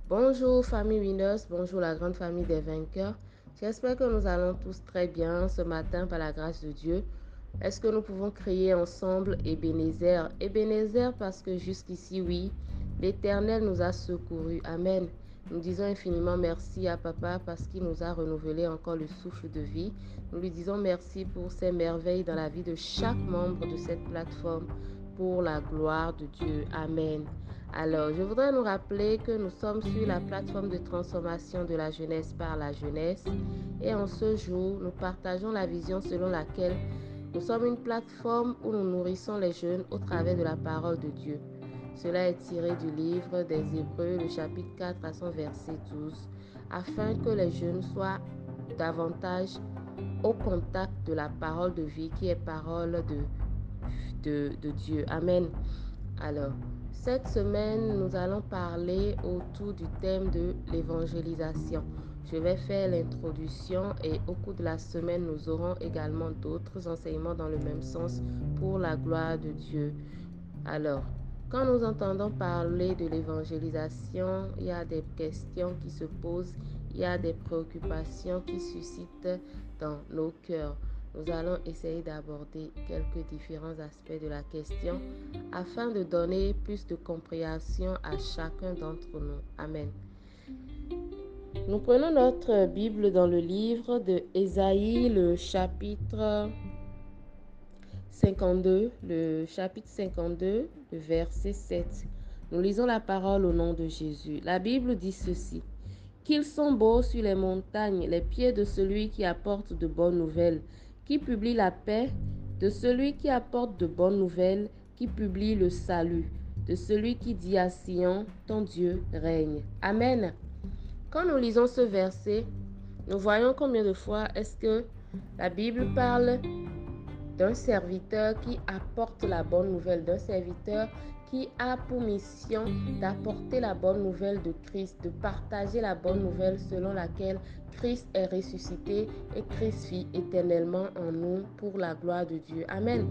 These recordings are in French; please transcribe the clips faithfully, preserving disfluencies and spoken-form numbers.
Bonjour famille Winners, bonjour la grande famille des vainqueurs. J'espère que nous allons tous très bien ce matin par la grâce de Dieu. Est-ce que nous pouvons crier ensemble Ebenezer? Ebenezer parce que jusqu'ici, oui, l'Éternel nous a secourus. Amen. Nous disons infiniment merci à Papa parce qu'il nous a renouvelé encore le souffle de vie. Nous lui disons merci pour ses merveilles dans la vie de chaque membre de cette plateforme pour la gloire de Dieu. Amen. Alors, je voudrais nous rappeler que nous sommes sur la plateforme de transformation de la jeunesse par la jeunesse et en ce jour, nous partageons la vision selon laquelle nous sommes une plateforme où nous nourrissons les jeunes au travers de la parole de Dieu. Cela est tiré du livre des Hébreux, le chapitre quatre à son verset douze, afin que les jeunes soient davantage au contact de la parole de vie qui est parole de, de, de Dieu. Amen. Alors, cette semaine, nous allons parler autour du thème de l'évangélisation. Je vais faire l'introduction et au cours de la semaine, nous aurons également d'autres enseignements dans le même sens pour la gloire de Dieu. Alors, quand nous entendons parler de l'évangélisation, il y a des questions qui se posent, il y a des préoccupations qui suscitent dans nos cœurs. Nous allons essayer d'aborder quelques différents aspects de la question afin de donner plus de compréhension à chacun d'entre nous. Amen. Nous prenons notre Bible dans le livre de Ésaïe, le chapitre cinquante-deux, le chapitre cinquante-deux, le verset sept. Nous lisons la parole au nom de Jésus. La Bible dit ceci. Qu'ils sont beaux sur les montagnes, les pieds de celui qui apporte de bonnes nouvelles, qui publie la paix, de celui qui apporte de bonnes nouvelles, qui publie le salut, de celui qui dit à Sion, ton Dieu règne. Amen. Quand nous lisons ce verset, nous voyons combien de fois est-ce que la Bible parle d'un serviteur qui apporte la bonne nouvelle, d'un serviteur qui a pour mission d'apporter la bonne nouvelle de Christ, de partager la bonne nouvelle selon laquelle Christ est ressuscité et Christ vit éternellement en nous pour la gloire de Dieu. Amen.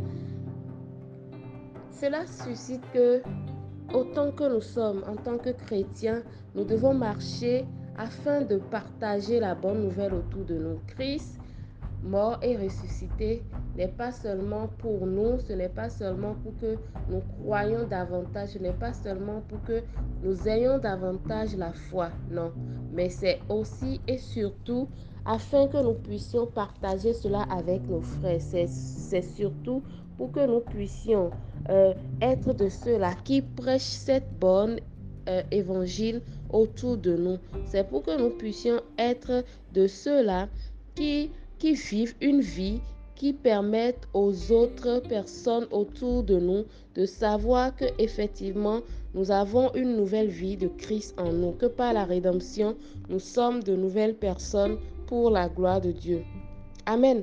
Cela suscite que, autant que nous sommes en tant que chrétiens, nous devons marcher afin de partager la bonne nouvelle autour de nous. Christ mort et ressuscité n'est pas seulement pour nous, ce n'est pas seulement pour que nous croyions davantage, ce n'est pas seulement pour que nous ayons davantage la foi, non, mais c'est aussi et surtout afin que nous puissions partager cela avec nos frères. C'est, c'est surtout pour que nous puissions euh, être de ceux-là qui prêchent cette bonne euh, évangile autour de nous. C'est pour que nous puissions être de ceux-là qui qui vivent une vie qui permette aux autres personnes autour de nous de savoir que effectivement nous avons une nouvelle vie de Christ en nous, que par la rédemption, nous sommes de nouvelles personnes pour la gloire de Dieu. Amen.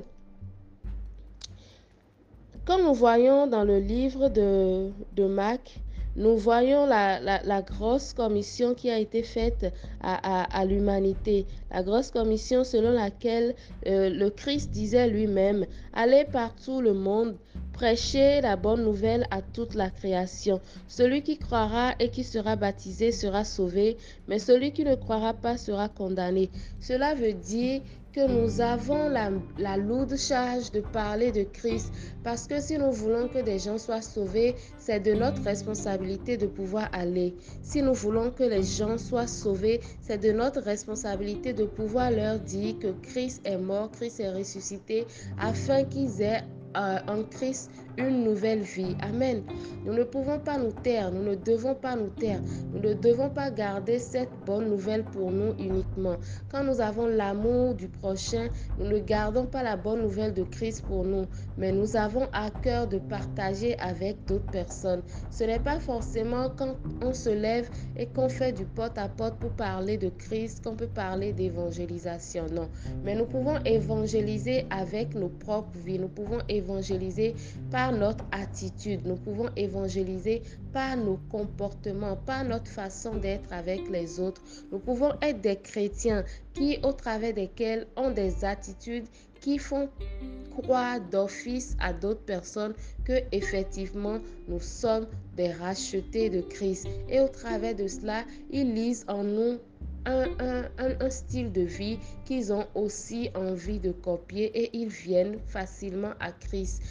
Comme nous voyons dans le livre de, de Marc, nous voyons la, la, la grosse commission qui a été faite à, à, à l'humanité. La grosse commission selon laquelle euh, le Christ disait lui-même, allez partout le monde, prêchez la bonne nouvelle à toute la création. Celui qui croira et qui sera baptisé sera sauvé, mais celui qui ne croira pas sera condamné. Cela veut dire que nous avons la, la lourde charge de parler de Christ, parce que si nous voulons que des gens soient sauvés, c'est de notre responsabilité de pouvoir aller. Si nous voulons que les gens soient sauvés, c'est de notre responsabilité de pouvoir leur dire que Christ est mort, Christ est ressuscité, afin qu'ils aient euh, en Christ une nouvelle vie. Amen. Nous ne pouvons pas nous taire, nous ne devons pas nous taire, nous ne devons pas garder cette bonne nouvelle pour nous uniquement. Quand nous avons l'amour du prochain, nous ne gardons pas la bonne nouvelle de Christ pour nous, mais nous avons à cœur de partager avec d'autres personnes. Ce n'est pas forcément quand on se lève et qu'on fait du porte-à-porte pour parler de Christ qu'on peut parler d'évangélisation, non. Mais nous pouvons évangéliser avec nos propres vies, nous pouvons évangéliser par par notre attitude. Nous pouvons évangéliser par nos comportements, par notre façon d'être avec les autres. Nous pouvons être des chrétiens qui, au travers desquels, ont des attitudes qui font croire d'office à d'autres personnes que effectivement nous sommes des rachetés de Christ. Et au travers de cela, ils lisent en nous un, un, un, un style de vie qu'ils ont aussi envie de copier et ils viennent facilement à Christ.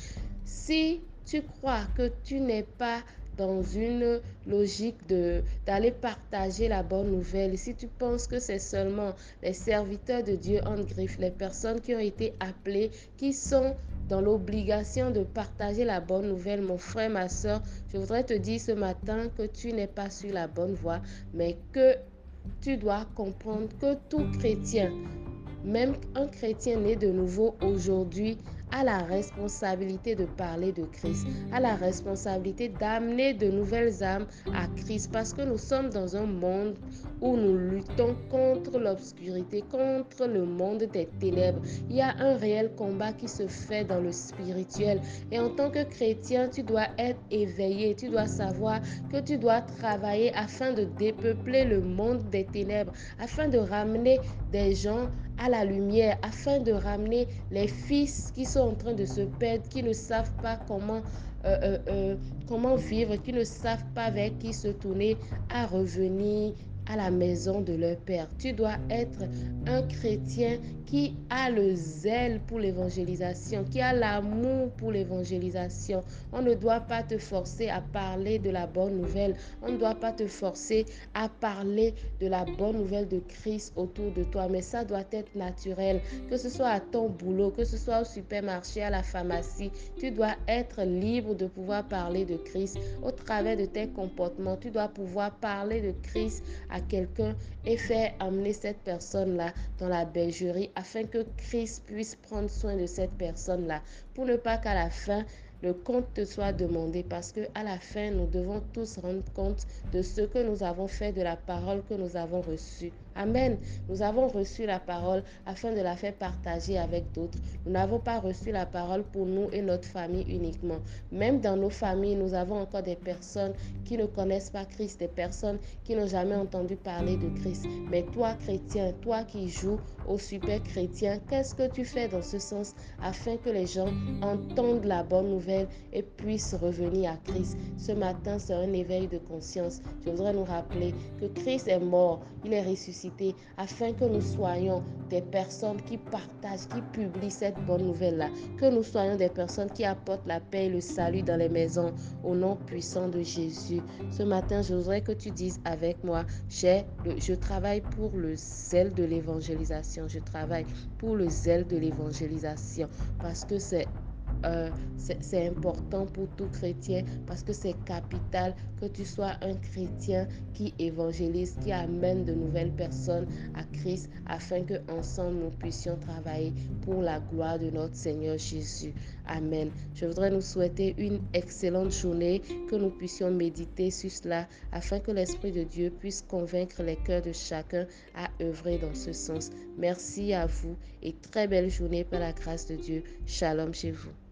Si tu crois que tu n'es pas dans une logique de d'aller partager la bonne nouvelle, si tu penses que c'est seulement les serviteurs de Dieu en griffe, les personnes qui ont été appelées, qui sont dans l'obligation de partager la bonne nouvelle, mon frère, ma soeur, je voudrais te dire ce matin que tu n'es pas sur la bonne voie, mais que tu dois comprendre que tout chrétien, même un chrétien né de nouveau aujourd'hui, a la responsabilité de parler de Christ, a la responsabilité d'amener de nouvelles âmes à Christ, parce que nous sommes dans un monde où nous luttons contre l'obscurité, contre le monde des ténèbres. Il y a un réel combat qui se fait dans le spirituel. Et en tant que chrétien, tu dois être éveillé, tu dois savoir que tu dois travailler afin de dépeupler le monde des ténèbres, afin de ramener des gens à la lumière, afin de ramener les fils qui sont en train de se perdre, qui ne savent pas comment, euh, euh, euh, comment vivre, qui ne savent pas vers qui se tourner, à revenir à la maison de leur Père. Tu dois être un chrétien qui a le zèle pour l'évangélisation, qui a l'amour pour l'évangélisation. On ne doit pas te forcer à parler de la bonne nouvelle. On ne doit pas te forcer à parler de la bonne nouvelle de Christ autour de toi. Mais ça doit être naturel. Que ce soit à ton boulot, que ce soit au supermarché, à la pharmacie, tu dois être libre de pouvoir parler de Christ. Au travers de tes comportements, tu dois pouvoir parler de Christ à quelqu'un et faire amener cette personne-là dans la bergerie afin que Christ puisse prendre soin de cette personne-là, pour ne pas qu'à la fin, le compte te soit demandé, parce que à la fin, nous devons tous rendre compte de ce que nous avons fait de la parole que nous avons reçue. Amen. Nous avons reçu la parole afin de la faire partager avec d'autres. Nous n'avons pas reçu la parole pour nous et notre famille uniquement. Même dans nos familles, nous avons encore des personnes qui ne connaissent pas Christ, des personnes qui n'ont jamais entendu parler de Christ. Mais toi, chrétien, toi qui joues au super chrétien, qu'est-ce que tu fais dans ce sens afin que les gens entendent la bonne nouvelle et puissent revenir à Christ? Ce matin, c'est un éveil de conscience. Je voudrais nous rappeler que Christ est mort, il est ressuscité, afin que nous soyons des personnes qui partagent, qui publient cette bonne nouvelle-là, que nous soyons des personnes qui apportent la paix et le salut dans les maisons au nom puissant de Jésus. Ce matin, je voudrais que tu dises avec moi, j'ai le, je travaille pour le zèle de l'évangélisation, je travaille pour le zèle de l'évangélisation, parce que c'est euh, c'est important pour tout chrétien, parce que c'est capital que tu sois un chrétien qui évangélise, qui amène de nouvelles personnes à Christ, afin que ensemble nous puissions travailler pour la gloire de notre Seigneur Jésus. Amen. Je voudrais nous souhaiter une excellente journée, que nous puissions méditer sur cela, afin que l'Esprit de Dieu puisse convaincre les cœurs de chacun à œuvrer dans ce sens. Merci à vous et très belle journée par la grâce de Dieu. Shalom chez vous.